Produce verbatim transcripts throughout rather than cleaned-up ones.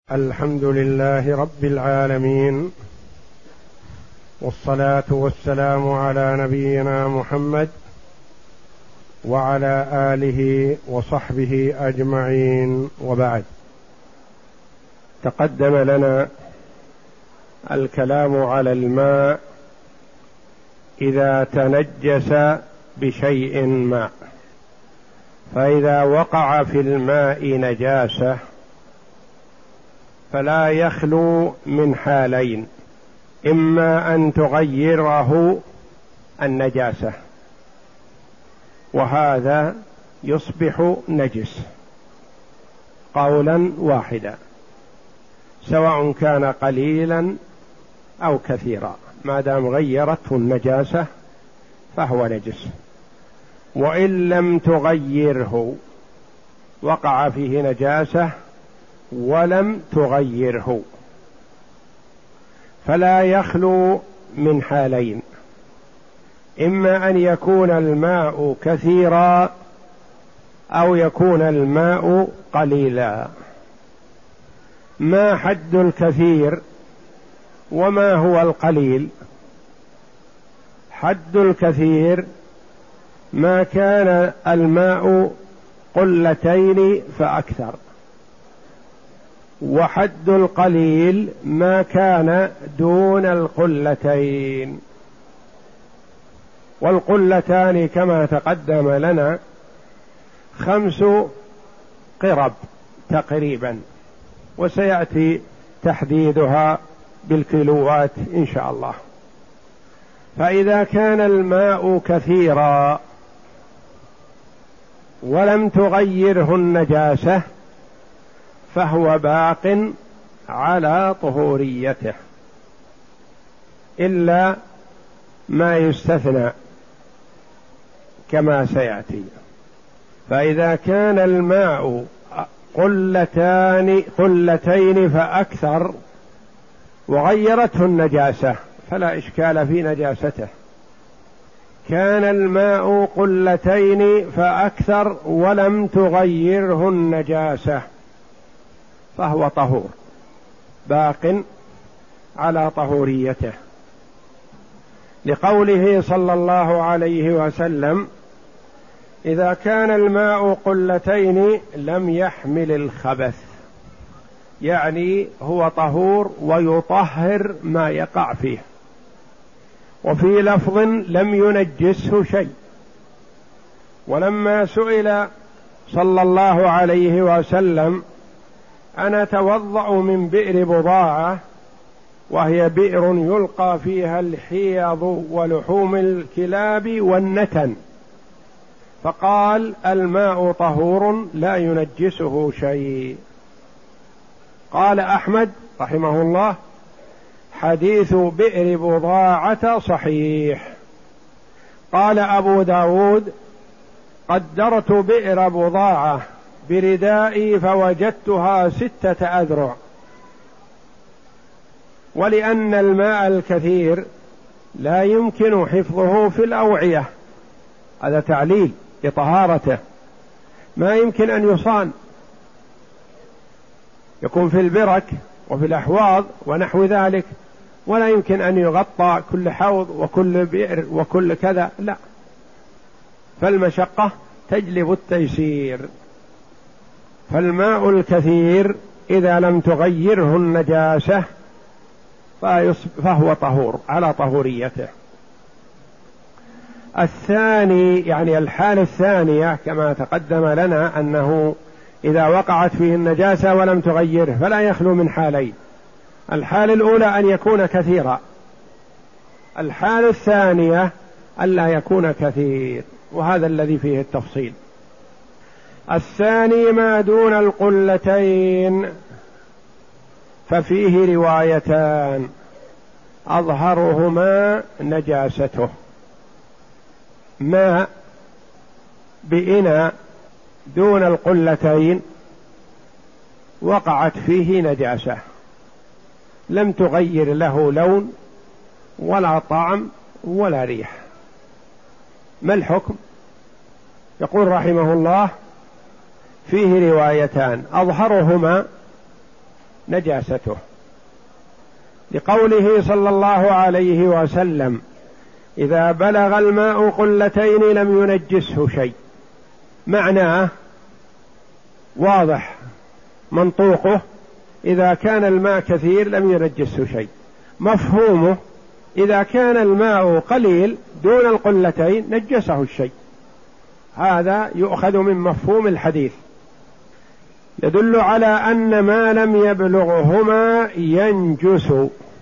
الحمد لله رب العالمين، والصلاة والسلام على نبينا محمد وعلى آله وصحبه أجمعين، وبعد. تقدم لنا الكلام على الماء إذا تنجس بشيء ما، فإذا وقع في الماء نجاسة فلا يخلو من حالين: إما أن تغيره النجاسة، وهذا يصبح نجس قولا واحدا، سواء كان قليلا أو كثيرا، ما دام غيرته النجاسة فهو نجس. وإن لم تغيره وقع فيه نجاسة ولم تغيره، فلا يخلو من حالين: إما أن يكون الماء كثيرا أو يكون الماء قليلا. ما حد الكثير وما هو القليل؟ حد الكثير ما كان الماء قلتين فأكثر، وحد القليل ما كان دون القلتين. والقلتان كما تقدم لنا خمس قرب تقريبا، وسيأتي تحديدها بالكيلوات إن شاء الله. فإذا كان الماء كثيرا ولم تغيره النجاسة فهو باق على طهوريته، إلا ما يستثنى كما سيأتي. فإذا كان الماء قلتان قلتين فأكثر وغيرته النجاسة فلا إشكال في نجاسته. كان الماء قلتين فأكثر ولم تغيره النجاسة فهو طهور، باق على طهوريته، لقوله صلى الله عليه وسلم: إذا كان الماء قلتين لم يحمل الخبث، يعني هو طهور ويطهر ما يقع فيه. وفي لفظ: لم ينجسه شيء. ولما سئل صلى الله عليه وسلم: أنا أتوضأ من بئر بضاعة، وهي بئر يلقى فيها الحيض ولحوم الكلاب والنتن، فقال: الماء طهور لا ينجسه شيء. قال أحمد رحمه الله: حديث بئر بضاعة صحيح. قال أبو داود: قدرت بئر بضاعة بردائي فوجدتها ستة أذرع. ولأن الماء الكثير لا يمكن حفظه في الأوعية، هذا تعليل لطهارته، ما يمكن أن يصان، يكون في البرك وفي الأحواض ونحو ذلك، ولا يمكن أن يغطى كل حوض وكل بئر وكل كذا، لا، فالمشقة تجلب التيسير. فالماء الكثير إذا لم تغيره النجاسة فهو طهور على طهوريته. الثاني، يعني الحالة الثانية كما تقدم لنا، أنه إذا وقعت فيه النجاسة ولم تغيره فلا يخلو من حالين: الحالة الأولى أن يكون كثيرا، الحالة الثانية ألا يكون كثير، وهذا الذي فيه التفصيل. الثاني ما دون القلتين ففيه روايتان: أظهرهما نجاسته. ماء بإناء دون القلتين وقعت فيه نجاسة لم تغير له لون ولا طعم ولا ريح، ما الحكم؟ يقول رحمه الله: فيه روايتان: أظهرهما نجاسته، لقوله صلى الله عليه وسلم: إذا بلغ الماء قلتين لم ينجسه شيء. معناه واضح، منطوقه إذا كان الماء كثير لم ينجسه شيء. مفهومه إذا كان الماء قليل دون القلتين نجسه الشيء. هذا يؤخذ من مفهوم الحديث، يدل على أن ما لم يبلغهما ينجس.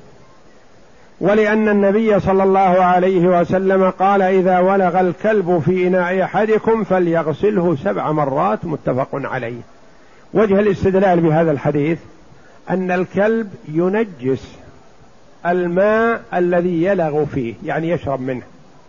ولأن النبي صلى الله عليه وسلم قال: إذا ولغ الكلب في إناء أحدكم فليغسله سبع مرات، متفق عليه. وجه الاستدلال بهذا الحديث أن الكلب ينجس الماء الذي يلغ فيه، يعني يشرب منه.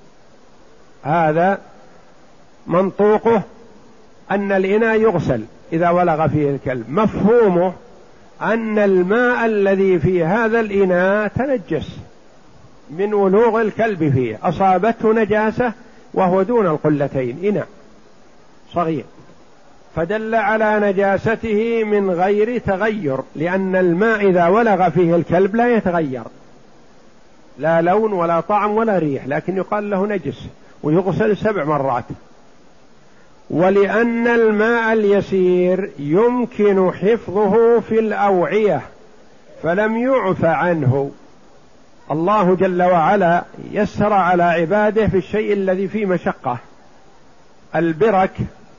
هذا منطوقه أن الإناء يغسل إذا ولغ فيه الكلب. مفهومه أن الماء الذي في هذا الإناء تنجس من ولوغ الكلب فيه، أصابته نجاسة وهو دون القلتين، إناء صغير، فدل على نجاسته من غير تغير، لأن الماء إذا ولغ فيه الكلب لا يتغير، لا لون ولا طعم ولا ريح، لكن يقال له نجس ويغسل سبع مرات. ولأن الماء اليسير يمكن حفظه في الأوعية فلم يعف عنه. الله جل وعلا يسر على عباده في الشيء الذي فيه مشقة. البرك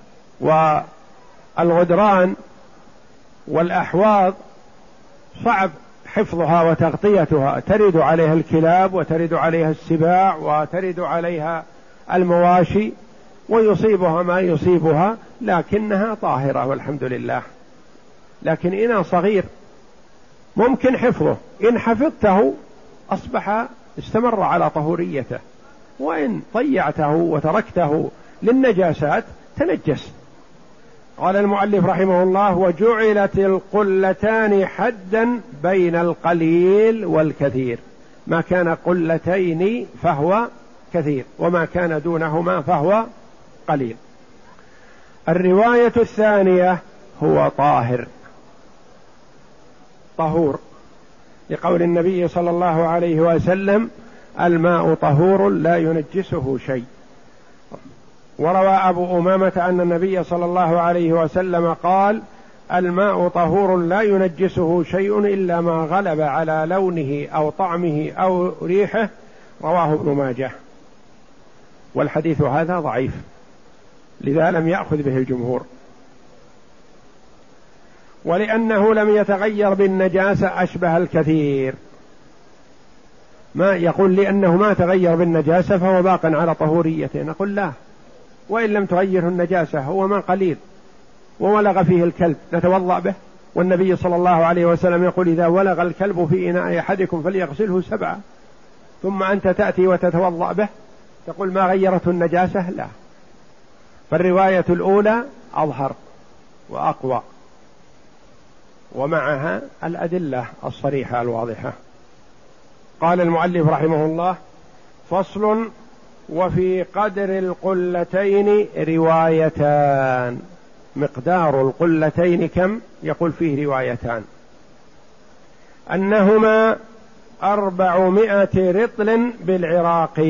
والغدران والأحواض صعب حفظها وتغطيتها، ترد عليها الكلاب وترد عليها السباع وترد عليها المواشي ويصيبها ما يصيبها، لكنها طاهرة والحمد لله. لكن إناء صغير ممكن حفظه، إن حفظته أصبح استمر على طهوريته، وإن ضيعته وتركته للنجاسات تنجس. قال المؤلف رحمه الله: وجعلت القلتان حدا بين القليل والكثير، ما كان قلتين فهو كثير، وما كان دونهما فهو قليل. الرواية الثانية هو طاهر، طهور، لقول النبي صلى الله عليه وسلم: الماء طهور لا ينجسه شيء. وروى أبو أمامة أن النبي صلى الله عليه وسلم قال: الماء طهور لا ينجسه شيء إلا ما غلب على لونه أو طعمه أو ريحه. رواه ابن ماجه. والحديث هذا ضعيف، لذا لم يأخذ به الجمهور، ولأنه لم يتغير بالنجاسة أشبه الكثير. ما يقول لأنه ما تغير بالنجاسة فهو باق على طهوريته، نقول لا، وإن لم تغيره النجاسة هو ما قليل وولغ فيه الكلب نتوضأ به، والنبي صلى الله عليه وسلم يقول: إذا ولغ الكلب في إناء أحدكم فليغسله سبعة، ثم أنت تأتي وتتوضأ به تقول ما غيرته النجاسة؟ لا. فالرواية الأولى أظهر وأقوى، ومعها الأدلة الصريحة الواضحة. قال المؤلف رحمه الله: فصل: وفي قدر القلتين روايتان. مقدار القلتين كم؟ يقول فيه روايتان، أنهما أربعمائة رطل بالعراق،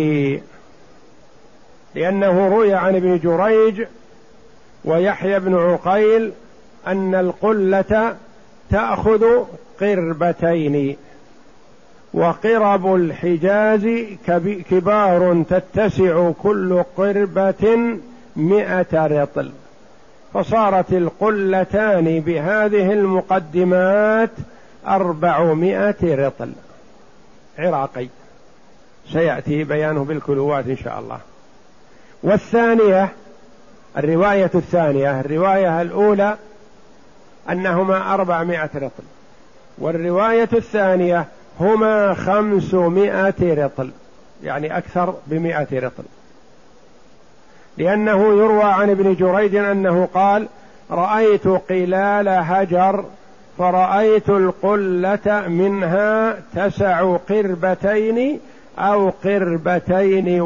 لأنه روي عن ابن جريج ويحيى بن عقيل أن القلة تأخذ قربتين، وقرب الحجاز كبار تتسع كل قربة مئة رطل، فصارت القلتان بهذه المقدمات أربعمائة رطل عراقي، سيأتي بيانه بالكيلوات إن شاء الله. والثانية، الرواية الثانية، الرواية الأولى أنهما أربعمائة رطل، والرواية الثانية هما خمسمائة رطل، يعني أكثر بمائة رطل، لأنه يروى عن ابن جريج أنه قال: رأيت قلال هجر فرأيت القلة منها تسع قربتين أو قربتين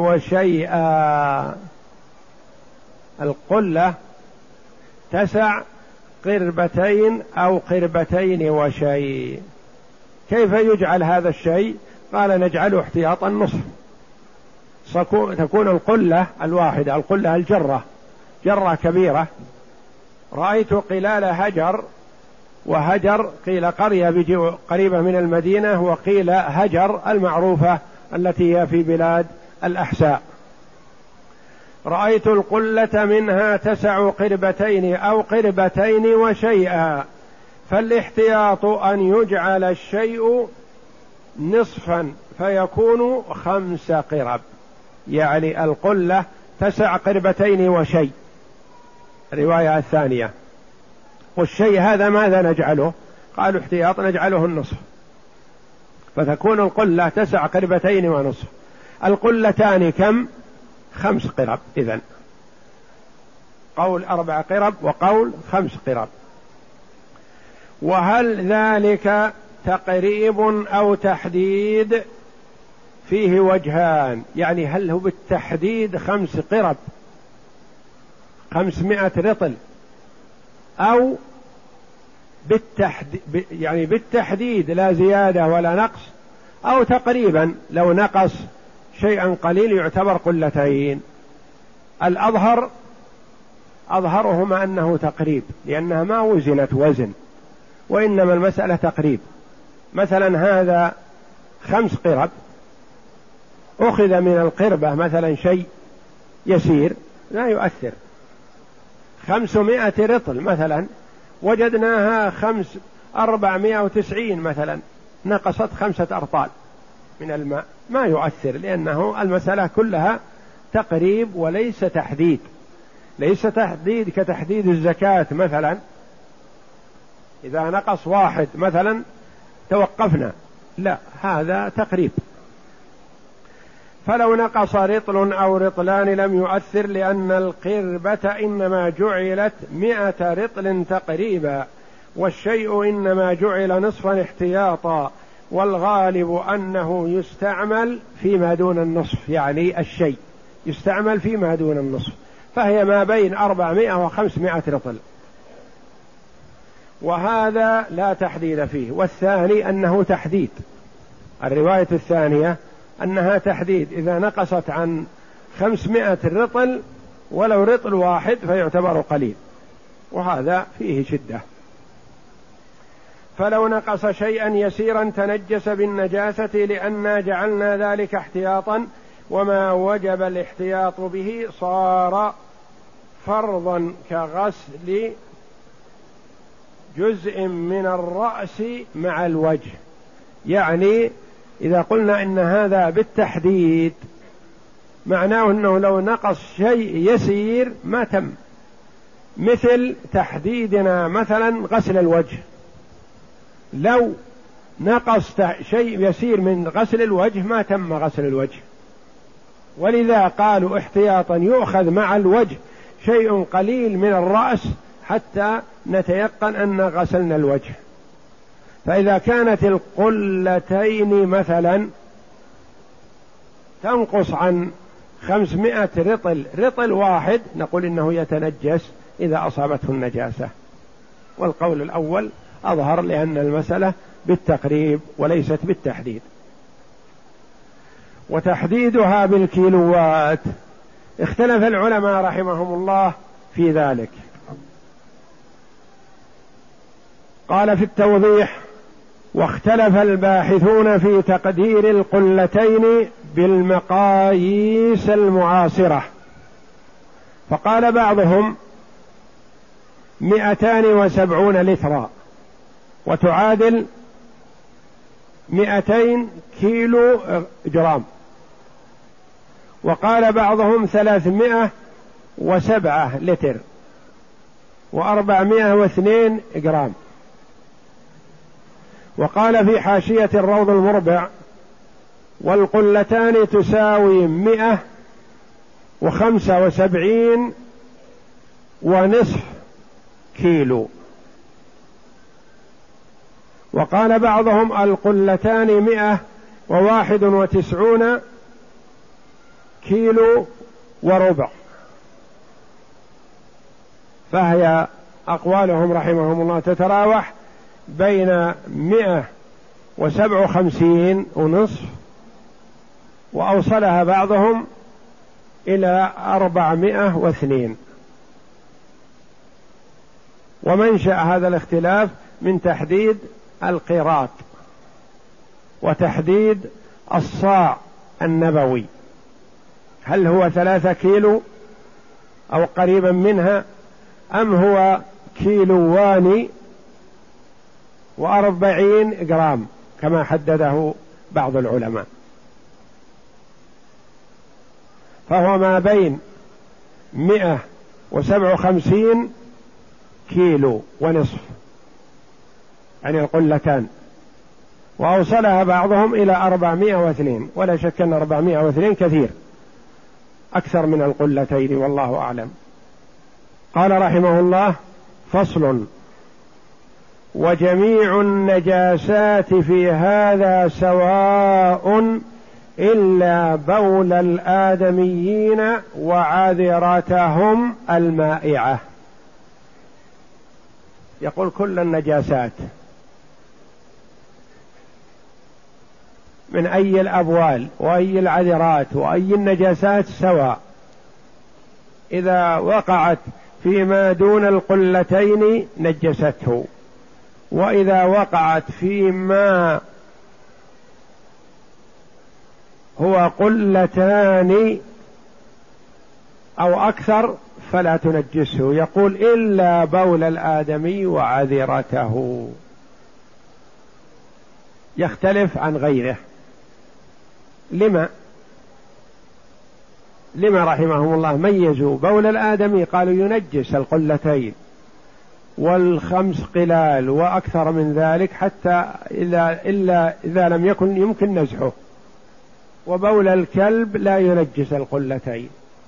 وشيئا. القلة تسع قربتين أو قربتين وشيء. كيف يجعل هذا الشيء؟ قال نجعله احتياطا نصف، تكون القلة الواحدة، القلة الجرة، جرة كبيرة. رأيت قلال هجر، وهجر قيل قرية قريبة من المدينة، وقيل هجر المعروفة التي هي في بلاد الأحساء. رأيت القلة منها تسع قربتين أو قربتين وشيئا، فالاحتياط أن يجعل الشيء نصفا فيكون خمس قرب، يعني القلة تسع قربتين وشيء، الرواية الثانية. والشيء هذا ماذا نجعله؟ قالوا احتياط نجعله النصف، فتكون القلة تسع قربتين ونصف. القلتان كم؟ خمس قرب. إذن قول أربع قرب وقول خمس قرب. وهل ذلك تقريب أو تحديد؟ فيه وجهان، يعني هل هو بالتحديد خمس قرب خمسمائة رطل، أو بالتحديد يعني بالتحديد لا زيادة ولا نقص، أو تقريبا لو نقص شيئا قليل يعتبر قلتين. الأظهر أظهرهما أنه تقريب، لأنها ما وزنت وزن، وإنما المسألة تقريب. مثلا هذا خمس قرب، أخذ من القربة مثلا شيء يسير لا يؤثر. خمسمائة رطل مثلا وجدناها خمس أربعمائة وتسعين مثلا، نقصت خمسة أرطال من الماء، ما يؤثر، لأنه المسألة كلها تقريب وليس تحديد. ليس تحديد كتحديد الزكاة مثلا، إذا نقص واحد مثلا توقفنا، لا، هذا تقريب. فلو نقص رطل أو رطلان لم يؤثر، لأن القربة إنما جعلت مئة رطل تقريبا، والشيء إنما جعل نصفا احتياطا، والغالب أنه يستعمل فيما دون النصف، يعني الشيء يستعمل فيما دون النصف، فهي ما بين أربعمائة وخمسمائة رطل، وهذا لا تحديد فيه. والثاني أنه تحديد، الرواية الثانية أنها تحديد، إذا نقصت عن خمسمائة رطل ولو رطل واحد فيعتبر قليل، وهذا فيه شدة. فلو نقص شيئا يسيرا تنجس بالنجاسة، لأننا جعلنا ذلك احتياطا، وما وجب الاحتياط به صار فرضا كغسل جزء من الرأس مع الوجه. يعني إذا قلنا إن هذا بالتحديد معناه أنه لو نقص شيء يسير ما تم، مثل تحديدنا مثلا غسل الوجه، لو نقص شيء يسير من غسل الوجه ما تم غسل الوجه، ولذا قالوا احتياطا يؤخذ مع الوجه شيء قليل من الرأس حتى نتيقن أن غسلنا الوجه. فإذا كانت القلتين مثلا تنقص عن خمسمائة رطل رطل واحد، نقول إنه يتنجس إذا أصابته النجاسة. والقول الأول أظهر، لأن المسألة بالتقريب وليست بالتحديد. وتحديدها بالكيلوات اختلف العلماء رحمهم الله في ذلك. قال في التوضيح: واختلف الباحثون في تقدير القلتين بالمقاييس المعاصرة، فقال بعضهم مئتان وسبعون لترا، وتعادل مئتين كيلو جرام. وقال بعضهم ثلاثمائة وسبعة لتر وأربعمائة واثنين جرام. وقال في حاشية الروض المربع: والقلتان تساوي مئة وخمسة وسبعين ونصف كيلو. وقال بعضهم القلتان مئة وواحد وتسعون كيلو وربع، فهي أقوالهم رحمهم الله تتراوح بين مئة وسبع وخمسين ونصف، وأوصلها بعضهم إلى أربعمائة واثنين. ومنشأ هذا الاختلاف من تحديد القيراط وتحديد الصاع النبوي، هل هو ثلاثة كيلو أو قريبا منها، أم هو كيلوان وأربعين جرام كما حدده بعض العلماء. فهو ما بين مئة وسبع وخمسين كيلو ونصف، يعني القلتان، وأوصلها بعضهم إلى أربعمائة واثنين، ولا شك أن أربعمائة واثنين كثير أكثر من القلتين والله أعلم. قال رحمه الله: فصل: وجميع النجاسات في هذا سواء إلا بول الآدميين وعذرتهم المائعة. يقول كل النجاسات من أي الأبوال وأي العذرات وأي النجاسات سواء، إذا وقعت فيما دون القلتين نجسته، وإذا وقعت فيما هو قلتان أو أكثر فلا تنجسه. يقول: إلا بول الآدمي وعذرته، يختلف عن غيره. لما لما رحمهم الله ميزوا بول الآدمي؟ قالوا ينجس القلتين والخمس قلال وأكثر من ذلك، حتى إذا إلا إذا لم يكن يمكن نزحه. وبول الكلب لا ينجس القلتين.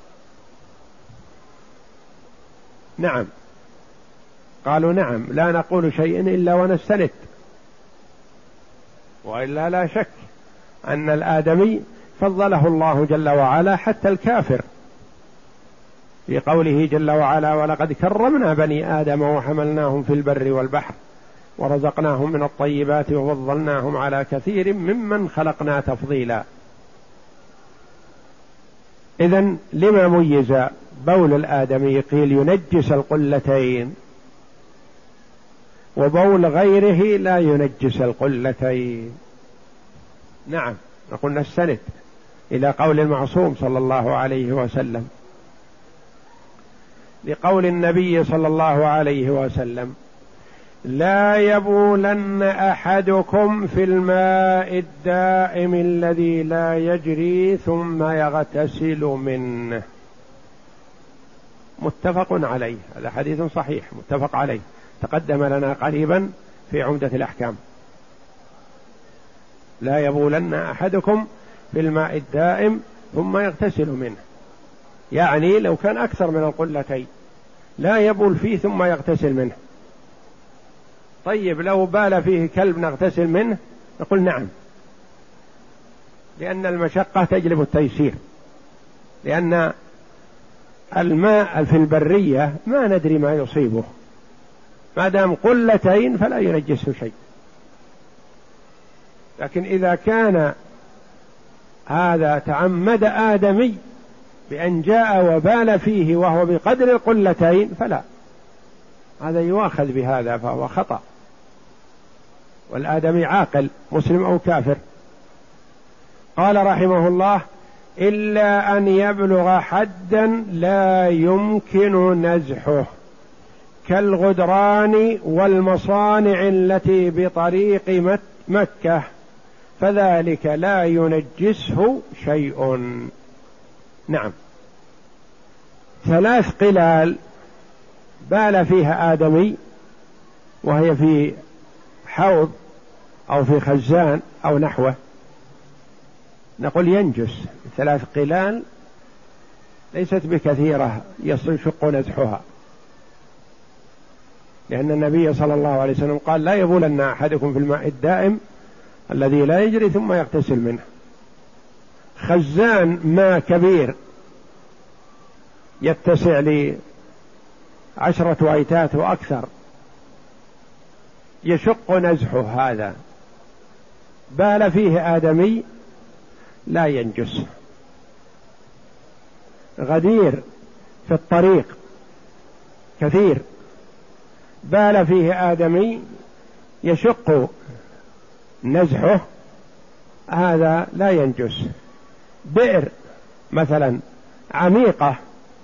نعم، قالوا نعم، لا نقول شيء إلا ونستند، وإلا لا شك أن الآدمي فضله الله جل وعلا حتى الكافر، في قوله جل وعلا: ولقد كرمنا بني آدم وحملناهم في البر والبحر ورزقناهم من الطيبات وفضلناهم على كثير ممن خلقنا تفضيلا. إذن لما ميز بول الآدمي؟ قيل ينجس القلتين، وبول غيره لا ينجس القلتين. نعم، نقول نستند إلى قول المعصوم صلى الله عليه وسلم، لقول النبي صلى الله عليه وسلم: لا يبولن أحدكم في الماء الدائم الذي لا يجري ثم يغتسل منه. متفق عليه، هذا حديث صحيح متفق عليه، تقدم لنا قريبا في عمدة الأحكام. لا يبولن أحدكم في الماء الدائم ثم يغتسل منه، يعني لو كان أكثر من القلتين لا يبول فيه ثم يغتسل منه. طيب لو بال فيه كلب نغتسل منه؟ نقول نعم، لأن المشقة تجلب التيسير، لأن الماء في البرية ما ندري ما يصيبه، ما دام قلتين فلا ينجسه شيء. لكن إذا كان هذا تعمد آدمي بأن جاء وبال فيه وهو بقدر القلتين فلا، هذا يؤاخذ بهذا، فهو خطأ، والآدمي عاقل مسلم أو كافر. قال رحمه الله: إلا أن يبلغ حدا لا يمكن نزحه، كالغدران والمصانع التي بطريق مكة، فذلك لا ينجسه شيء. نعم، ثلاث قلال بال فيها آدمي وهي في حوض أو في خزان أو نحوه، نقول ينجس. ثلاث قلال ليست بكثيرة يشق نزحها، لأن النبي صلى الله عليه وسلم قال: لا يبولن أحدكم في الماء الدائم الذي لا يجري ثم يغتسل منه. خزان ماء كبير يتسع عشرة أيتات وأكثر يشق نزحه، هذا بال فيه آدمي لا ينجس. غدير في الطريق كثير بال فيه آدمي يشق نزحه، هذا لا ينجس. بئر مثلا عميقة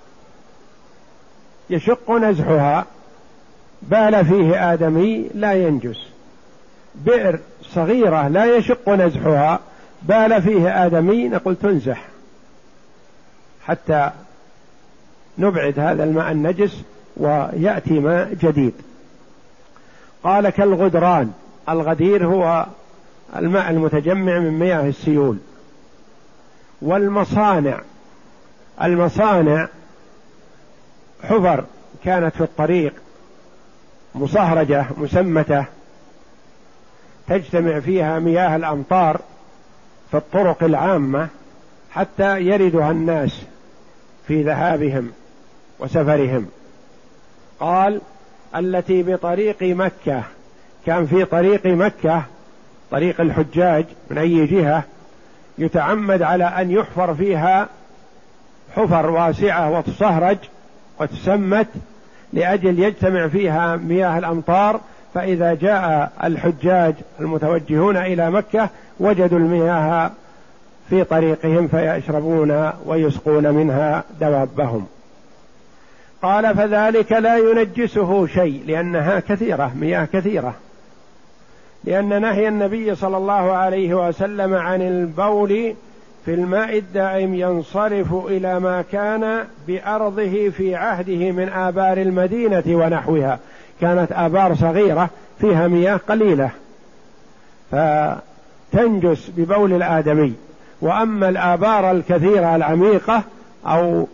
يشق نزحها بال فيه آدمي لا ينجس. بئر صغيرة لا يشق نزحها بال فيه آدمي نقول تنزح حتى نبعد هذا الماء النجس ويأتي ماء جديد. قال كالغدران، الغدير هو الماء المتجمع من مياه السيول. والمصانع، المصانع حفر كانت في الطريق مصهرجة مسمتة تجتمع فيها مياه الأمطار في الطرق العامة حتى يردها الناس في ذهابهم وسفرهم. قال التي بطريق مكة، كان في طريق مكة طريق الحجاج من أي جهة يتعمد على أن يحفر فيها حفر واسعة وتصهرج وتسمت لأجل يجتمع فيها مياه الأمطار، فإذا جاء الحجاج المتوجهون إلى مكة وجدوا المياه في طريقهم فيشربون ويسقون منها دوابهم. قال فذلك لا ينجسه شيء لأنها كثيرة، مياه كثيرة، لأن نهي النبي صلى الله عليه وسلم عن البول في الماء الدائم ينصرف إلى ما كان بأرضه في عهده من آبار المدينة ونحوها، كانت آبار صغيرة فيها مياه قليلة فتنجس ببول الآدمي. وأما الآبار الكثيرة العميقة أو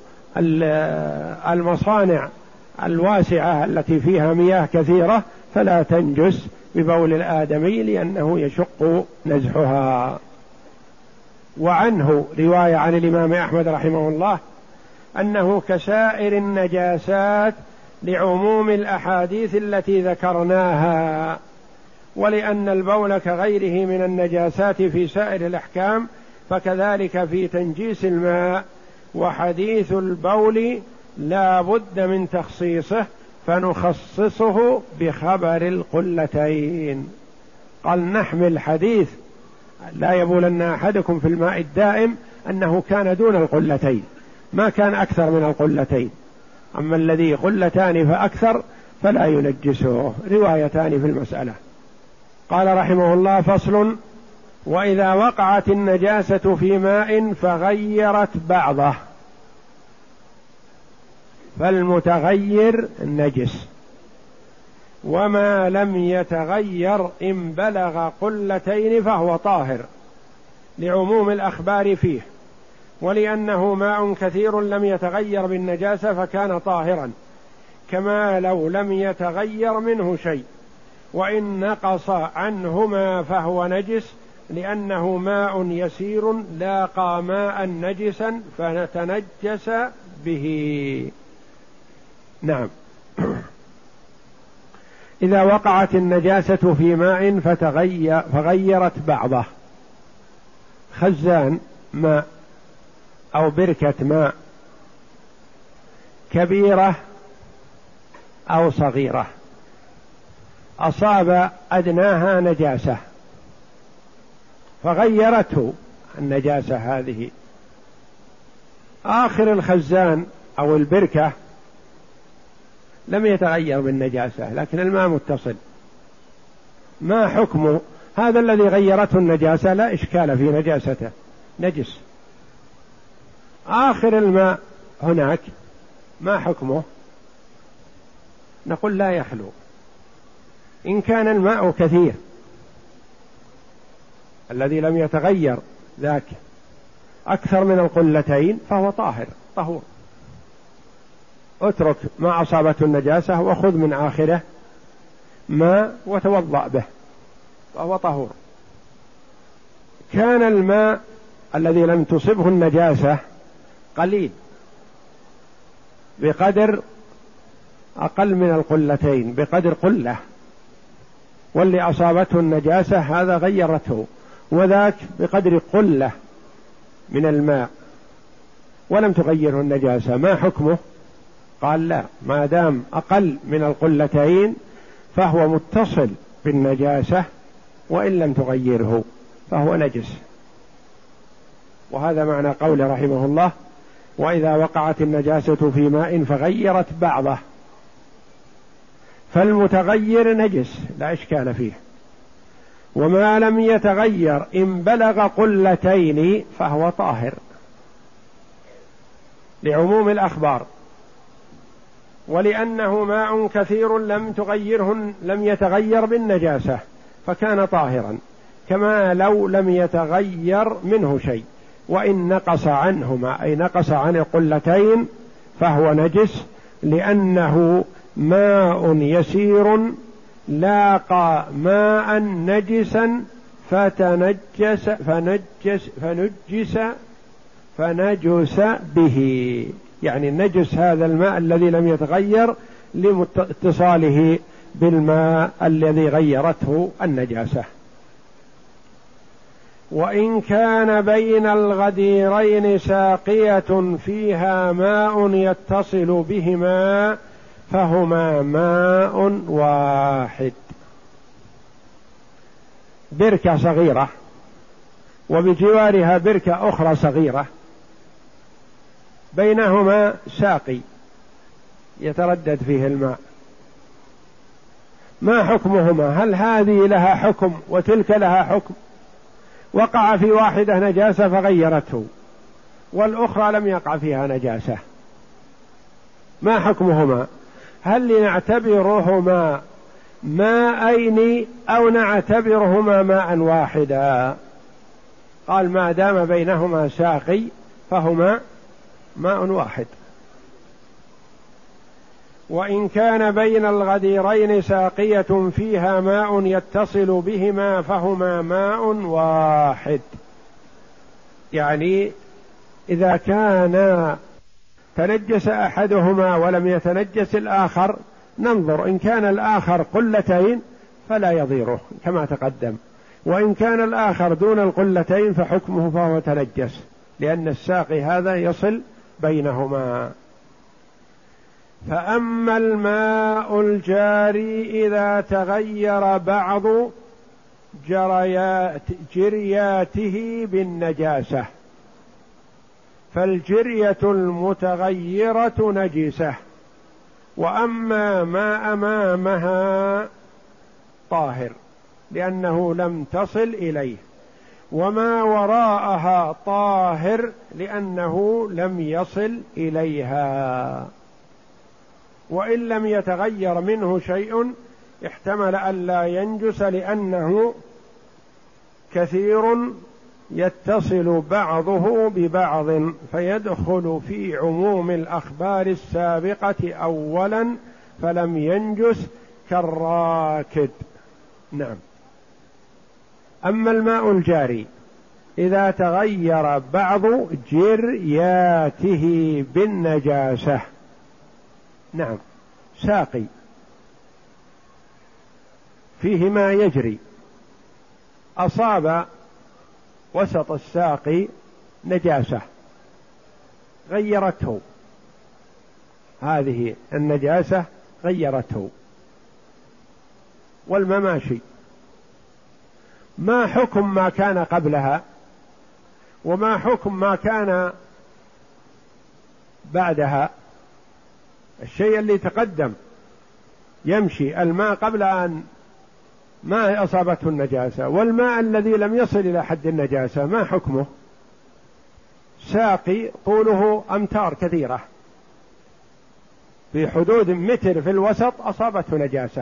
المصانع الواسعة التي فيها مياه كثيرة فلا تنجس ببول الآدمي لأنه يشق نزحها. وعنه رواية عن الإمام أحمد رحمه الله أنه كسائر النجاسات لعموم الأحاديث التي ذكرناها، ولأن البول كغيره من النجاسات في سائر الأحكام فكذلك في تنجيس الماء. وحديث البول لا بد من تخصيصه فنخصصه بخبر القلتين. قال نحمل حديث لا يبولن أحدكم في الماء الدائم أنه كان دون القلتين، ما كان أكثر من القلتين، أما الذي قلتان فأكثر فلا ينجسه. روايتان في المسألة. قال رحمه الله فصل: وإذا وقعت النجاسة في ماء فغيرت بعضه فالمتغير النجس، وما لم يتغير إن بلغ قلتين فهو طاهر لعموم الأخبار فيه، ولأنه ماء كثير لم يتغير بالنجاسة فكان طاهرا، كما لو لم يتغير منه شيء، وإن نقص عنهما فهو نجس لأنه ماء يسير لاقى ماء نجسا فنتنجس به. نعم. إذا وقعت النجاسة في ماء فتغير فغيرت بعضه، خزان ماء أو بركة ماء كبيرة أو صغيرة أصاب أدناها نجاسة فغيرته النجاسة هذه، آخر الخزان أو البركة لم يتغير بالنجاسة لكن الماء متصل، ما حكمه؟ هذا الذي غيرته النجاسة لا إشكال في نجاسته، نجس. آخر الماء هناك ما حكمه؟ نقول لا يخلو. إن كان الماء كثير الذي لم يتغير ذاك أكثر من القلتين فهو طاهر طهور، اترك ما أصابته النجاسة وخذ من آخره ماء وتوضأ به فهو طهور. كان الماء الذي لم تصبه النجاسة قليل بقدر أقل من القلتين بقدر قلة، واللي أصابته النجاسة هذا غيرته، وذاك بقدر قلة من الماء ولم تغيره النجاسة، ما حكمه؟ قال لا، ما دام أقل من القلتين فهو متصل بالنجاسة وإن لم تغيره فهو نجس. وهذا معنى قول رحمه الله: وإذا وقعت النجاسة في ماء فغيرت بعضه فالمتغير نجس لا إشكال فيه، وما لم يتغير إن بلغ قلتين فهو طاهر، لعموم الأخبار، ولأنه ماء كثير لم تغيره لم يتغير بالنجاسة فكان طاهرا، كما لو لم يتغير منه شيء، وإن نقص عنهما أي نقص عن القلتين فهو نجس، لأنه ماء يسير لاقى ماء نجسا فتنجس فنجس فنجس فنجس به، يعني النجس هذا الماء الذي لم يتغير لاتصاله بالماء الذي غيرته النجاسة. وإن كان بين الغديرين ساقية فيها ماء يتصل بهما فهما ماء واحد. بركة صغيرة وبجوارها بركة أخرى صغيرة بينهما ساقي يتردد فيه الماء، ما حكمهما؟ هل هذه لها حكم وتلك لها حكم؟ وقع في واحدة نجاسة فغيرته والأخرى لم يقع فيها نجاسة، ما حكمهما؟ هل لنعتبرهما ماءين أو نعتبرهما ماء واحدا؟ قال ما دام بينهما ساقي فهما ماء واحد. وإن كان بين الغديرين ساقية فيها ماء يتصل بهما فهما ماء واحد، يعني إذا كان تنجس أحدهما ولم يتنجس الآخر ننظر، إن كان الآخر قلتين فلا يضيره كما تقدم، وإن كان الآخر دون القلتين فحكمه فهو تنجس، لأن الساقي هذا يصل بينهما. فأما الماء الجاري إذا تغير بعض جريات جرياته بالنجاسة فالجرية المتغيرة نجسة، وأما ما أمامها طاهر لأنه لم تصل إليه، وما وراءها طاهر لأنه لم يصل إليها، وإن لم يتغير منه شيء احتمل ألا ينجس لأنه كثير يتصل بعضه ببعض فيدخل في عموم الأخبار السابقة أولا فلم ينجس كالراكد. نعم. أما الماء الجاري إذا تغير بعض جرياته بالنجاسة، نعم، ساقي فيه ما يجري، أصاب وسط الساقي نجاسة غيرته، هذه النجاسة غيرته، والمماشي ما حكم ما كان قبلها وما حكم ما كان بعدها؟ الشيء اللي تقدم يمشي الماء قبل أن ما أصابته النجاسة، والماء الذي لم يصل إلى حد النجاسة ما حكمه؟ ساقي طوله أمتار كثيرة في حدود متر في الوسط أصابته نجاسة،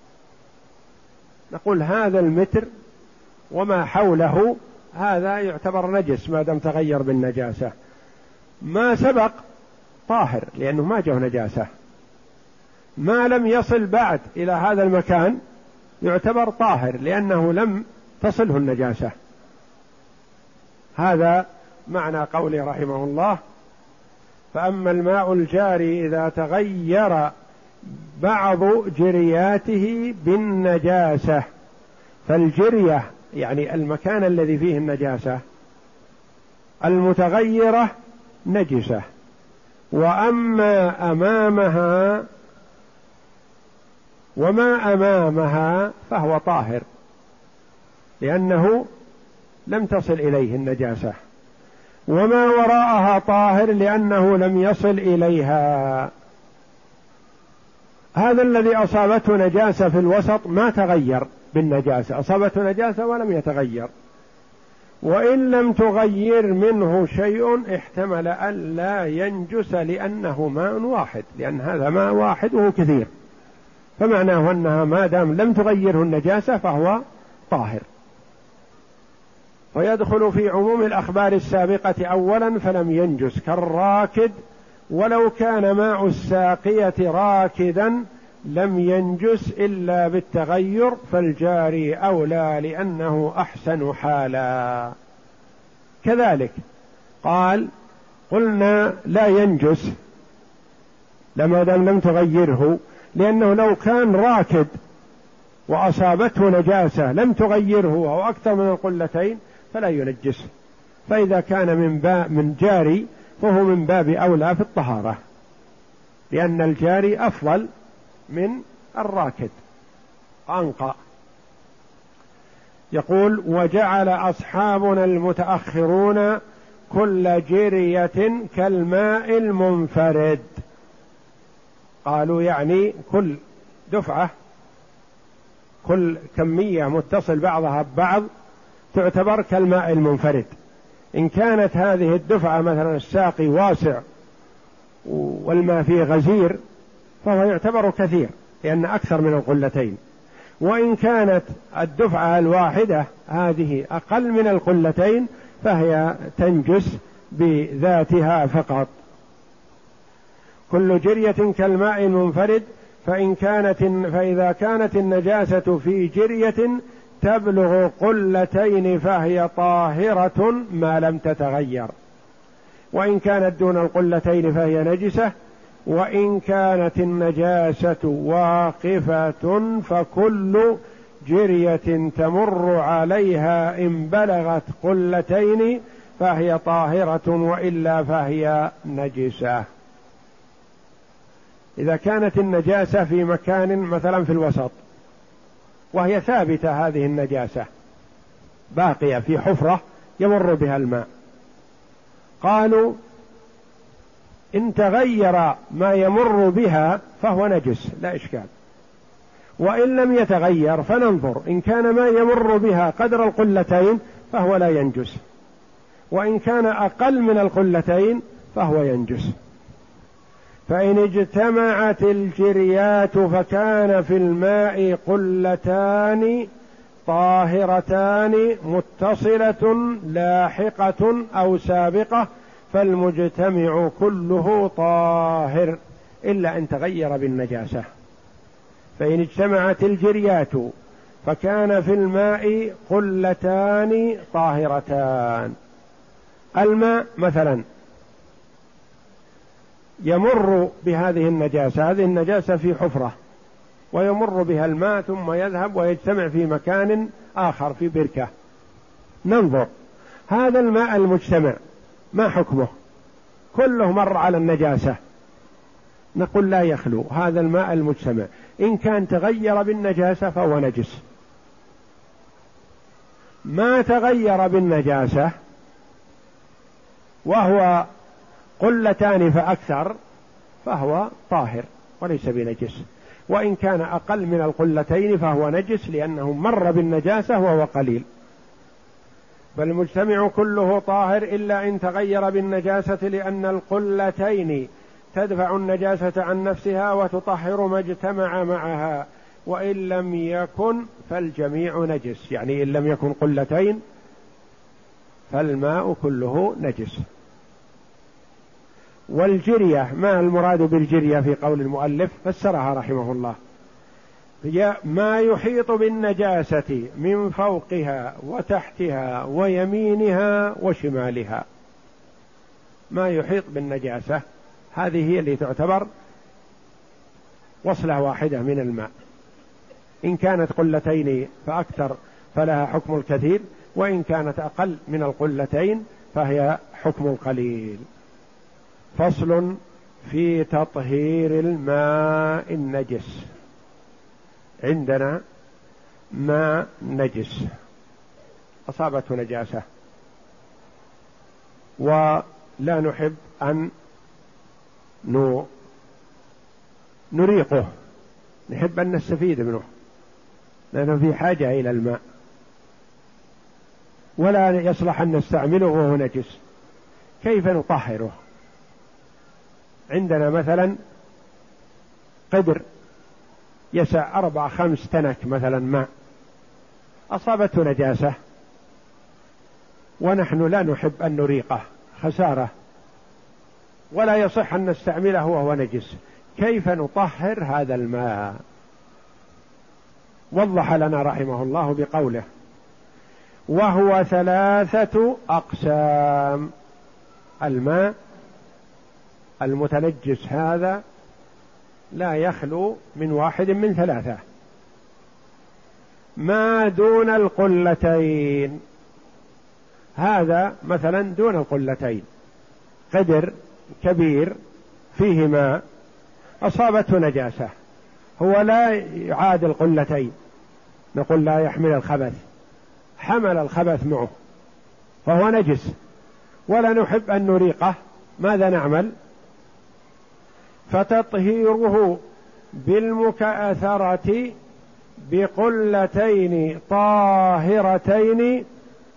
نقول هذا المتر وما حوله هذا يعتبر نجس ما دام تغير بالنجاسة، ما سبق طاهر لأنه ما جاء نجاسة، ما لم يصل بعد إلى هذا المكان يعتبر طاهر لأنه لم تصله النجاسة. هذا معنى قوله رحمه الله: فأما الماء الجاري إذا تغير بعض جرياته بالنجاسة، فالجرية يعني المكان الذي فيه النجاسة المتغيرة نجسة، وأما أمامها وما أمامها فهو طاهر لأنه لم تصل إليه النجاسة، وما وراءها طاهر لأنه لم يصل إليها. هذا الذي أصابته نجاسة في الوسط ما تغير بالنجاسة، أصابته نجاسة ولم يتغير، وإن لم تغير منه شيء احتمل أن لا ينجس لأنه ماء واحد، لأن هذا ماء واحد وهو كثير، فمعناه أنها ما دام لم تغيره النجاسة فهو طاهر. ويدخل في عموم الأخبار السابقة أولا فلم ينجس كالراكد، ولو كان ماء الساقية راكدا لم ينجس إلا بالتغير، فالجاري أولى لأنه أحسن حالا. كذلك قال قلنا لا ينجس لما دام لم تغيره، لأنه لو كان راكد وأصابته نجاسة لم تغيره أو أكثر من القلتين فلا ينجس، فإذا كان من باب من جاري فهو من باب أولى في الطهارة، لأن الجاري أفضل من الراكد أنقى. يقول وجعل أصحابنا المتأخرون كل جرية كالماء المنفرد، قالوا يعني كل دفعة كل كمية متصل بعضها ببعض تعتبر كالماء المنفرد. إن كانت هذه الدفعة مثلا الساقي واسع والماء فيه غزير فهو يعتبر كثير لأن أكثر من القلتين، وإن كانت الدفعة الواحدة هذه أقل من القلتين فهي تنجس بذاتها فقط. كل جرية كالماء المنفرد، فإن كانت فإذا كانت النجاسة في جرية تبلغ قلتين فهي طاهرة ما لم تتغير، وإن كانت دون القلتين فهي نجسة، وإن كانت النجاسة واقفة فكل جرية تمر عليها إن بلغت قلتين فهي طاهرة وإلا فهي نجسة. إذا كانت النجاسة في مكان مثلا في الوسط وهي ثابتة، هذه النجاسة باقية في حفرة يمر بها الماء، قالوا إن تغير ما يمر بها فهو نجس لا إشكال، وإن لم يتغير فننظر إن كان ما يمر بها قدر القلتين فهو لا ينجس، وإن كان أقل من القلتين فهو ينجس. فإن اجتمعت الجريات فكان في الماء قلتان طاهرتان متصلة لاحقة أو سابقة فالمجتمع كله طاهر إلا أن تغير بالنجاسة. فإن اجتمعت الجريات فكان في الماء قلتان طاهرتان. الماء مثلا يمر بهذه النجاسة، هذه النجاسة في حفرة ويمر بها الماء ثم يذهب ويجتمع في مكان آخر في بركة، ننظر هذا الماء المجتمع ما حكمه؟ كله مر على النجاسة، نقول لا يخلو هذا الماء المجتمع، إن كان تغير بالنجاسة فهو نجس، ما تغير بالنجاسة وهو قلتان فأكثر فهو طاهر وليس بنجس، وإن كان أقل من القلتين فهو نجس لأنه مر بالنجاسة وهو قليل. فالمجتمع كله طاهر إلا إن تغير بالنجاسة، لأن القلتين تدفع النجاسة عن نفسها وتطهر ما اجتمع معها، وإن لم يكن فالجميع نجس، يعني إن لم يكن قلتين فالماء كله نجس. والجرية ما المراد بالجرية في قول المؤلف؟ فسرها رحمه الله هي ما يحيط بالنجاسة من فوقها وتحتها ويمينها وشمالها، ما يحيط بالنجاسة هذه هي اللي تعتبر وصلة واحدة من الماء، إن كانت قلتين فأكثر فلها حكم الكثير، وإن كانت أقل من القلتين فهي حكم القليل. فصل في تطهير الماء النجس. عندنا ماء نجس أصابته نجاسة ولا نحب أن نريقه، نحب أن نستفيد منه لأنه في حاجة إلى الماء، ولا يصلح أن نستعمله وهو نجس. كيف نطهره؟ عندنا مثلا قدر يسع أربع خمس تنك مثلا ماء، أصابته نجاسة ونحن لا نحب أن نريقه، خسارة، ولا يصح أن نستعمله وهو نجس. كيف نطهر هذا الماء؟ وضح لنا رحمه الله بقوله: وهو ثلاثة أقسام. الماء المتنجس هذا لا يخلو من واحد من ثلاثة: ما دون القلتين، هذا مثلا دون القلتين، قدر كبير فيه ماء أصابته نجاسة، هو لا يعادل قلتين، نقول لا يحمل الخبث، حمل الخبث معه فهو نجس ولا نحب أن نريقه. ماذا نعمل؟ فتطهيره بالمكاثرة بقلتين طاهرتين،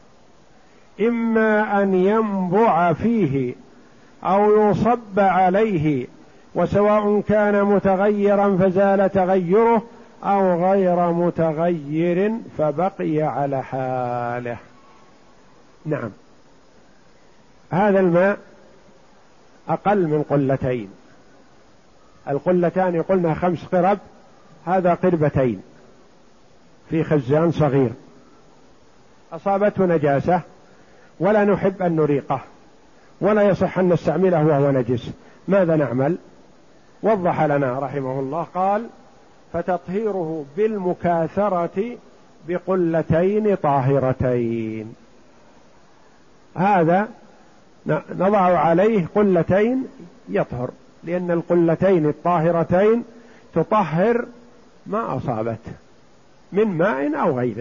إما أن ينبع فيه أو يصب عليه، وسواء كان متغيرا فزال تغيره أو غير متغير فبقي على حاله. نعم، هذا الماء أقل من قلتين، القلتان قلنا خمس قرب، هذا قربتين في خزان صغير، أصابته نجاسة ولا نحب أن نريقه ولا يصح أن نستعمله وهو نجس. ماذا نعمل؟ وضح لنا رحمه الله، قال: فتطهيره بالمكاثرة بقلتين طاهرتين. هذا نضع عليه قلتين يطهر، لأن القلتين الطاهرتين تطهر ما أصابت من ماء أو غيره.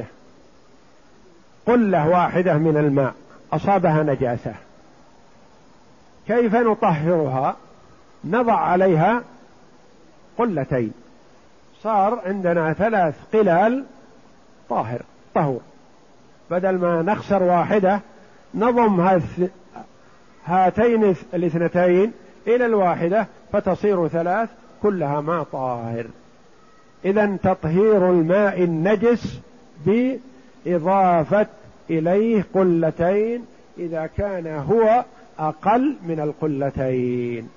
قلة واحدة من الماء أصابها نجاسة، كيف نطهرها؟ نضع عليها قلتين، صار عندنا ثلاث قلال طاهر طهور، بدل ما نخسر واحدة نضم هاتين الاثنتين إلى الواحدة فتصير ثلاث كلها ماء طاهر. إذن تطهير الماء النجس بإضافة إليه قلتين إذا كان هو أقل من القلتين.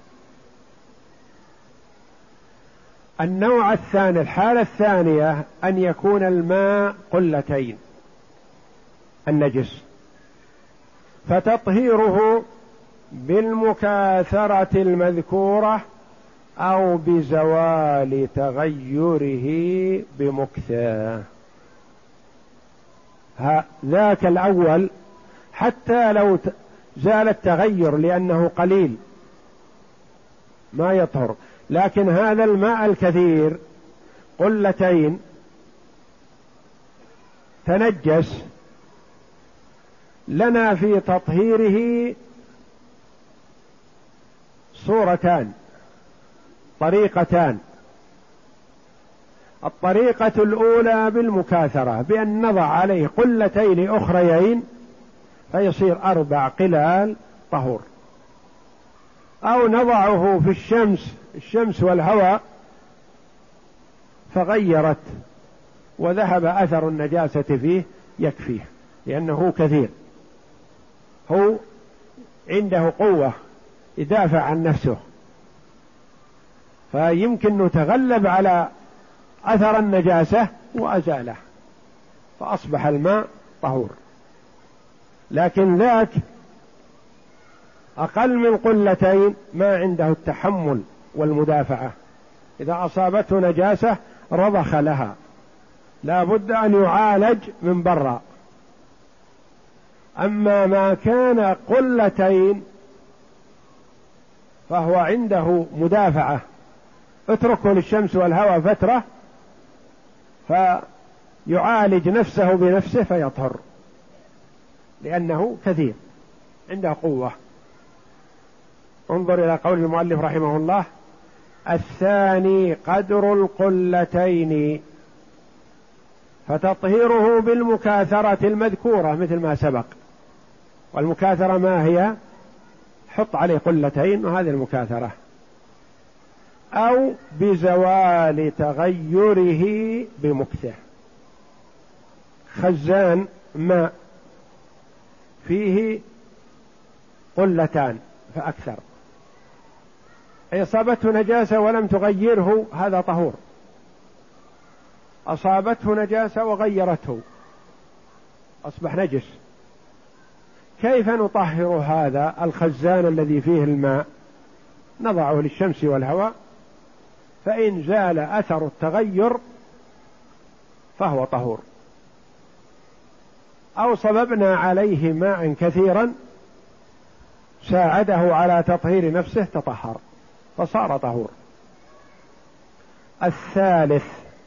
النوع الثاني، الحالة الثانية، أن يكون الماء قلتين النجس، فتطهيره بالمكاثرة المذكورة أو بزوال تغيره بمكثاه. ذاك الأول حتى لو زال التغير لأنه قليل ما يطهر، لكن هذا الماء الكثير قلتين تنجس، لنا في تطهيره صورتان، طريقتان. الطريقة الأولى بالمكاثرة، بأن نضع عليه قلتين أخريين فيصير أربع قلال طهور، أو نضعه في الشمس الشمس والهواء فغيرت وذهب أثر النجاسة فيه يكفيه، لأنه كثير، هو عنده قوة يدافع عن نفسه، فيمكن نتغلب على أثر النجاسة وأزاله فأصبح الماء طهور. لكن ذاك أقل من قلتين ما عنده التحمل والمدافعة، إذا أصابته نجاسة رضخ لها، لا بد أن يعالج من برا. أما ما كان قلتين فهو عنده مدافعة، اتركه للشمس والهواء فترة فيعالج نفسه بنفسه فيطهر، لأنه كثير عنده قوة. انظر إلى قول المؤلف رحمه الله: الثاني قدر القلتين، فتطهيره بالمكاثرة المذكورة مثل ما سبق. والمكاثرة ما هي؟ حط عليه قلتين وهذه المكاثرة. أو بزوال تغيره بمكثه. خزان ماء فيه قلتان فأكثر، أصابته نجاسة ولم تغيره هذا طهور، أصابته نجاسة وغيرته أصبح نجس. كيف نطهر هذا الخزان الذي فيه الماء؟ نضعه للشمس والهواء، فإن زال أثر التغير فهو طهور. أو صببنا عليه ماء كثيرا ساعده على تطهير نفسه تطهر فصار طهور. الثالث،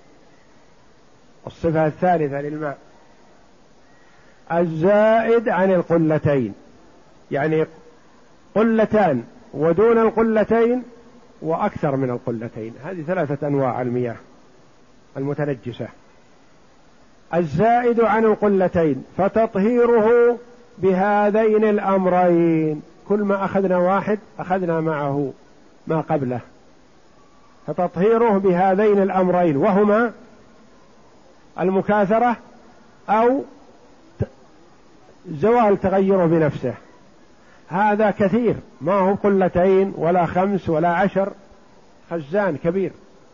الصفة الثالثة للماء، الزائد عن القلتين، يعني قلتان ودون القلتين وأكثر من القلتين. هذه ثلاثة أنواع المياه المتنجسة. الزائد عن القلتين فتطهيره بهذين الأمرين، كل ما أخذنا واحد أخذنا معه ما قبله، فتطهيره بهذين الأمرين وهما المكاثرة أو زوال تغيره بنفسه. هذا كثير، ما هو قلتين ولا خمس ولا عشر، خزان كبير.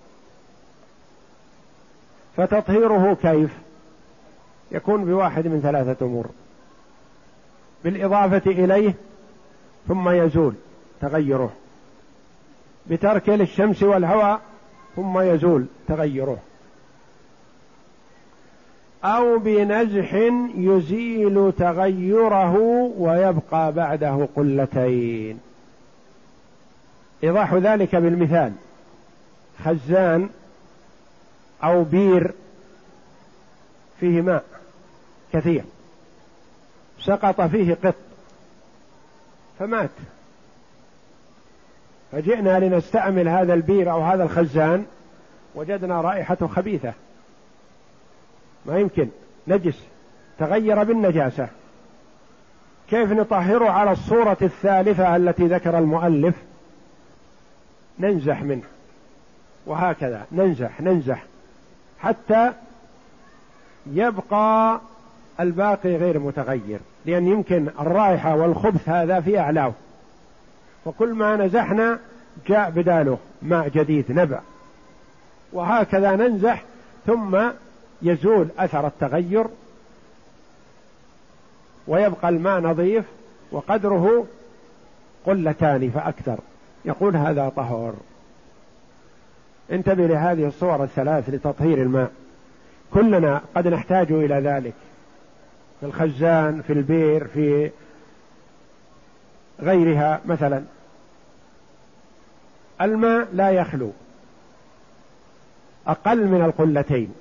فتطهيره كيف؟ يكون بواحد من ثلاثة أمور: بالإضافة إليه ثم يزول تغيره، بترك للشمس والهواء ثم يزول تغيره، أو بنزح يزيل تغيره ويبقى بعده قلتين. إيضاح ذلك بالمثال: خزان أو بير فيه ماء كثير، سقط فيه قط فمات، فجئنا لنستعمل هذا البير أو هذا الخزان وجدنا رائحته خبيثة، ما يمكن، نجس تغير بالنجاسة. كيف نطهره على الصورة الثالثة التي ذكر المؤلف؟ ننزح منه، وهكذا ننزح ننزح حتى يبقى الباقي غير متغير، لأن يمكن الرائحة والخبث هذا في أعلاه، فكل ما نزحنا جاء بداله ماء جديد نبع، وهكذا ننزح ثم يزول أثر التغير ويبقى الماء نظيف وقدره قلتان فأكثر. يقول هذا طهور. انتبه لهذه الصور الثلاث لتطهير الماء، كلنا قد نحتاج إلى ذلك، في الخزان، في البير، في غيرها. مثلا الماء لا يخلو أقل من القلتين،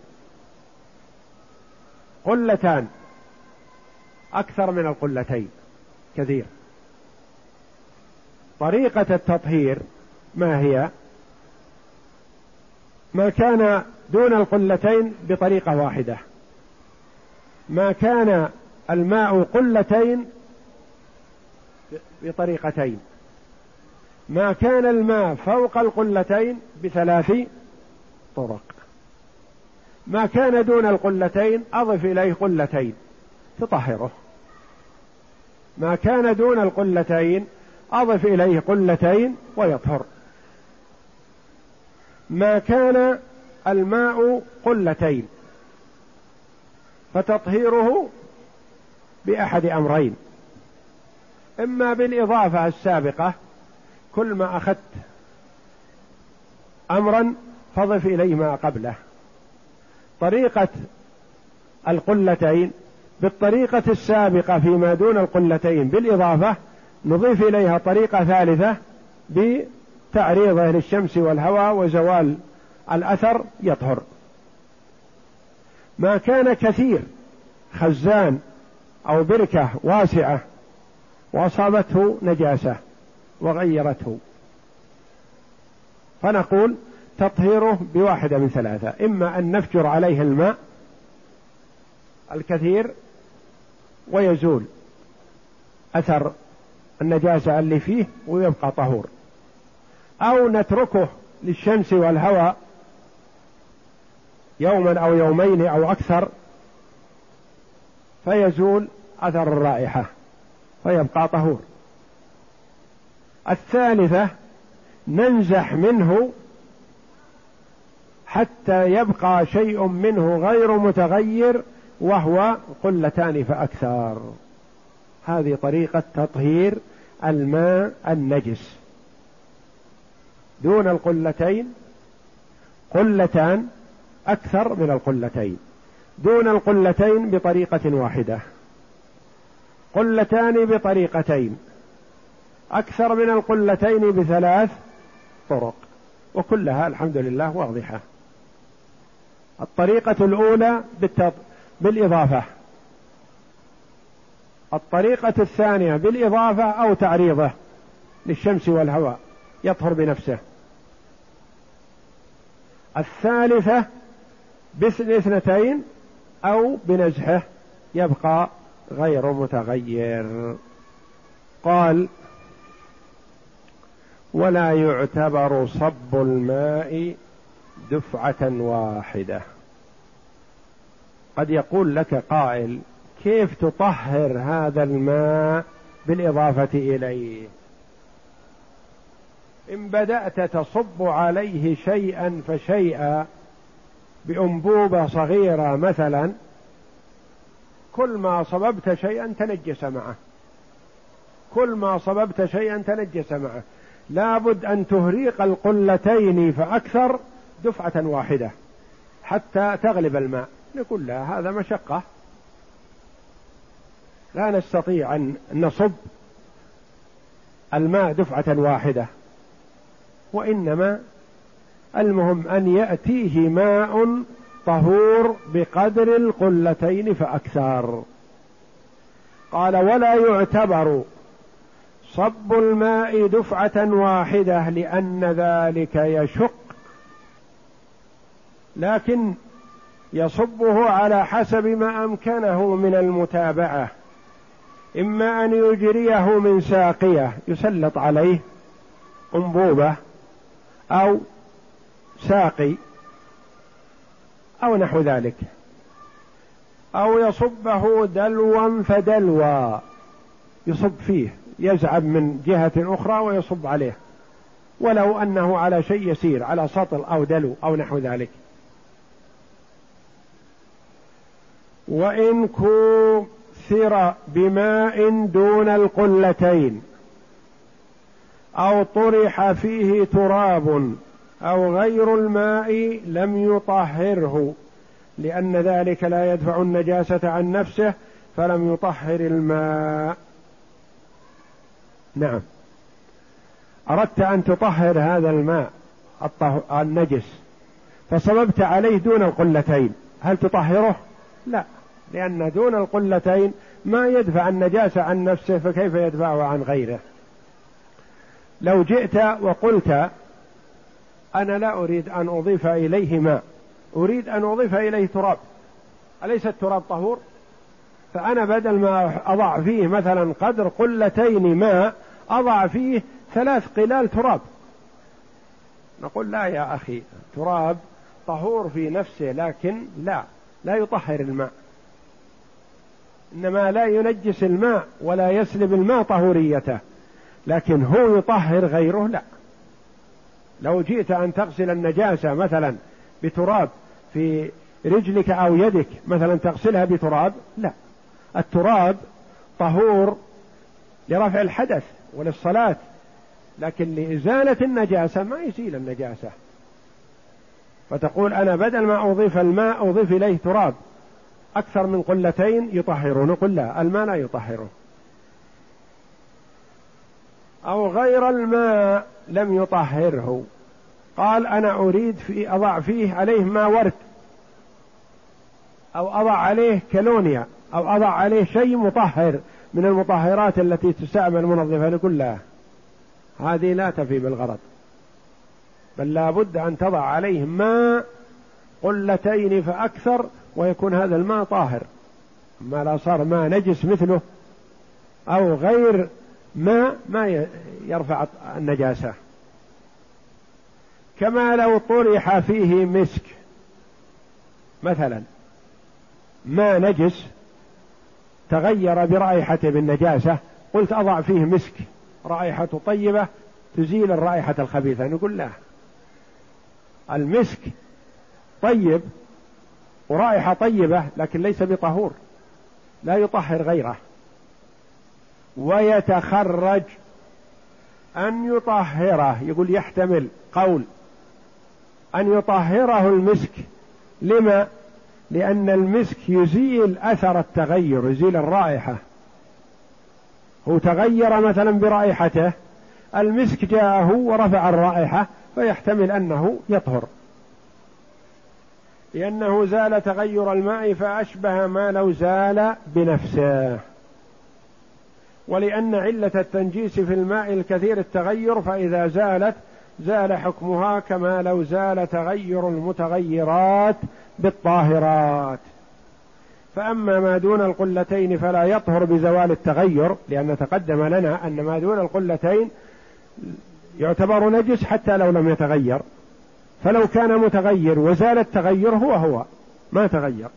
قلتان أكثر من القلتين كثير. طريقة التطهير ما هي؟ ما كان دون القلتين بطريقة واحدة، ما كان الماء قلتين بطريقتين، ما كان الماء فوق القلتين بثلاث طرق، ما كان دون القلتين أضف إليه قلتين تطهره، ما كان دون القلتين أضف إليه قلتين ويطهر، ما كان الماء قلتين فتطهيره بأحد أمرين: إما بالإضافة السابقة، كل ما أخذت أمرا فضف إليه ما قبله. طريقة القلتين بالطريقة السابقة فيما دون القلتين بالإضافة، نضيف إليها طريقة ثالثة بتعريضه للشمس والهواء وزوال الأثر يطهر. ما كان كثير خزان أو بركة واسعة وأصابته نجاسة وغيرته، فنقول تطهيره بواحدة من ثلاثة: إما أن نفجر عليه الماء الكثير ويزول أثر النجاسة اللي فيه ويبقى طهور، أو نتركه للشمس والهواء يوما أو يومين أو أكثر فيزول أثر الرائحة فيبقى طهور. الثالثة ننزح منه حتى يبقى شيء منه غير متغير وهو قلتان فأكثر. هذه طريقة تطهير الماء النجس. دون القلتين قلتان، أكثر من القلتين. دون القلتين بطريقة واحدة، قلتان بطريقتين، أكثر من القلتين بثلاث طرق، وكلها الحمد لله واضحة. الطريقة الأولى بالإضافة، الطريقة الثانية بالإضافة أو تعريضه للشمس والهواء يطهر بنفسه، الثالثة باثنتين أو بنزحه يبقى غير متغير. قال: ولا يعتبر صب الماء دفعة واحدة. قد يقول لك قائل: كيف تطهر هذا الماء بالإضافة إليه؟ إن بدأت تصب عليه شيئا فشيئا بأنبوبة صغيرة مثلا، كل ما صببت شيئا تنجس معه، كل ما صببت شيئا تنجس معه. لابد أن تهريق القلتين فأكثر دفعة واحدة حتى تغلب الماء. نقول لا، هذا مشقة، لا نستطيع أن نصب الماء دفعة واحدة، وإنما المهم أن يأتيه ماء طهور بقدر القلتين فأكثر. قال: ولا يعتبر صب الماء دفعة واحدة لأن ذلك يشق، لكن يصبه على حسب ما أمكنه من المتابعة، إما أن يجريه من ساقية يسلط عليه أنبوبة أو ساقي أو نحو ذلك، أو يصبه دلوا فدلوا يصب فيه، يزعب من جهة أخرى ويصب عليه، ولو أنه على شيء يسير، على سطل أو دلو أو نحو ذلك. وإن كثر بماء دون القلتين أو طرح فيه تراب أو غير الماء لم يطهره، لأن ذلك لا يدفع النجاسة عن نفسه فلم يطهر الماء. نعم، أردت أن تطهر هذا الماء النجس فصببت عليه دون القلتين، هل تطهره؟ لا، لأن دون القلتين ما يدفع النجاسة عن نفسه، فكيف يدفعه عن غيره؟ لو جئت وقلت: أنا لا أريد أن أضيف إليه ماء، أريد أن أضيف إليه تراب، أليس التراب طهور؟ فأنا بدل ما أضع فيه مثلا قدر قلتين ماء أضع فيه ثلاث قلال تراب. نقول: لا يا أخي، تراب طهور في نفسه، لكن لا لا يطهر الماء، إنما لا ينجس الماء ولا يسلب الماء طهوريته، لكن هو يطهر غيره لا. لو جئت أن تغسل النجاسة مثلا بتراب في رجلك أو يدك مثلا، تغسلها بتراب، لا، التراب طهور لرفع الحدث وللصلاة، لكن لإزالة النجاسة ما يزيل النجاسة. فتقول أنا بدل ما أضيف الماء أضيف إليه تراب أكثر من قلتين يطهره، نقول لا، الماء لا يطهره. أو غير الماء لم يطهره، قال أنا أريد في أضع فيه عليه ماء ورد، أو أضع عليه كالونيا، أو أضع عليه شيء مطهر من المطهرات التي تستعمل منظفة، نقول لا، هذه لا تفي بالغرض، بل لا بد أن تضع عليه ماء قلتين فأكثر ويكون هذا الماء طاهر. ما لا صار ماء نجس مثله أو غير ماء ما يرفع النجاسة. كما لو طرح فيه مسك مثلا، ما نجس تغير برائحته بالنجاسة، قلت أضع فيه مسك رائحة طيبة تزيل الرائحة الخبيثة، نقول لا، المسك طيب ورائحة طيبة لكن ليس بطهور، لا يطهر غيره. ويتخرج أن يطهره، يقول يحتمل قول أن يطهره المسك، لما؟ لأن المسك يزيل أثر التغير، يزيل الرائحة، هو تغير مثلا برائحته، المسك جاءه ورفع الرائحة، فيحتمل أنه يطهر، لأنه زال تغير الماء فأشبه ما لو زال بنفسه. ولأن علة التنجيس في الماء الكثير التغير، فإذا زالت زال حكمها كما لو زال تغير المتغيرات بالطاهرات. فأما ما دون القلتين فلا يطهر بزوال التغير، لأن تقدم لنا أن ما دون القلتين يعتبر نجس حتى لو لم يتغير، فلو كان متغير وزال التغير هو هو ما تغير،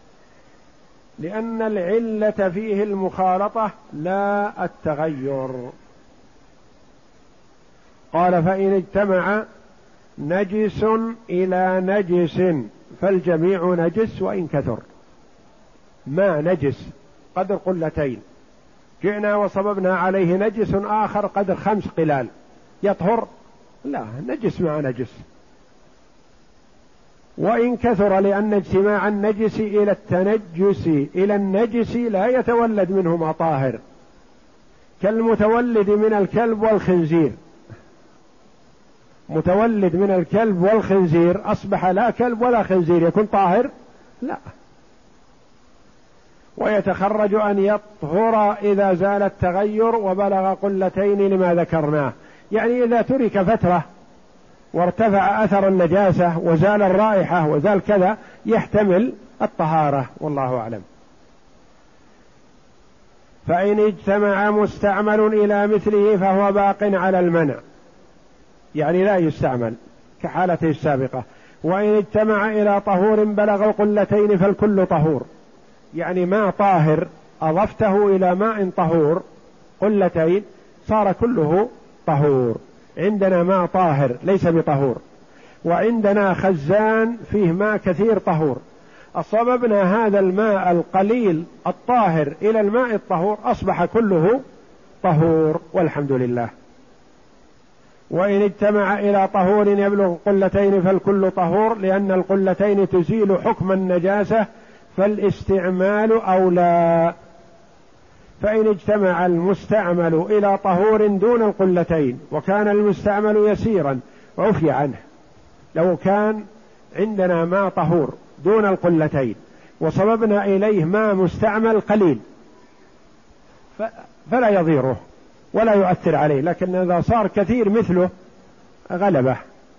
لأن العلة فيه المخالطة لا التغير. قال فإن اجتمع نجس إلى نجس فالجميع نجس وإن كثر. ما نجس قدر قلتين، جئنا وصببنا عليه نجس آخر قدر خمس قلال، يطهر؟ لا، نجس مع نجس. وإن كثر، لأن اجتماع النجس إلى التنجس إلى النجس لا يتولد منهما طاهر، كالمتولد من الكلب والخنزير، متولد من الكلب والخنزير أصبح لا كلب ولا خنزير، يكون طاهر؟ لا. ويتخرج أن يطهر إذا زال التغير وبلغ قلتين لما ذكرناه، يعني إذا ترك فترة وارتفع أثر النجاسة وزال الرائحة وزال كذا يحتمل الطهارة، والله أعلم. فإن اجتمع مستعمل إلى مثله فهو باق على المنع، يعني لا يستعمل كحالته السابقة. وإن اجتمع إلى طهور بلغ القلتين فالكل طهور، يعني ماء طاهر أضفته إلى ماء طهور قلتين صار كله طهور. عندنا ماء طاهر ليس بطهور، وعندنا خزان فيه ماء كثير طهور، أصببنا هذا الماء القليل الطاهر إلى الماء الطهور أصبح كله طهور والحمد لله. وإن اجتمع إلى طهور يبلغ قلتين فالكل طهور، لأن القلتين تزيل حكم النجاسة فالاستعمال أولى. فإن اجتمع المستعمل إلى طهور دون القلتين وكان المستعمل يسيرا عفي عنه، لو كان عندنا ماء طهور دون القلتين وصببنا إليه ماء مستعمل قليل فلا يضيره ولا يؤثر عليه، لكن إذا صار كثير مثله غلبه،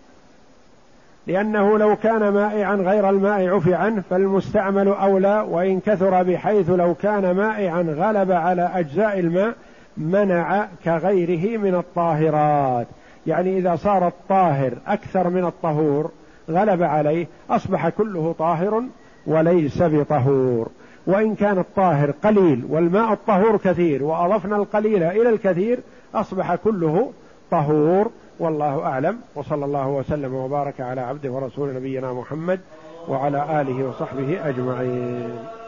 لأنه لو كان مائعا غير الماء عفي عنه، فالمستعمل أولى. وإن كثر بحيث لو كان مائعا غلب على أجزاء الماء منع كغيره من الطاهرات، يعني إذا صار الطاهر أكثر من الطهور غلب عليه أصبح كله طاهر وليس بطهور. وإن كان الطاهر قليل والماء الطهور كثير وأضفنا القليل إلى الكثير أصبح كله طهور، والله أعلم. وصلى الله وسلم وبارك على عبده ورسول نبينا محمد وعلى آله وصحبه أجمعين.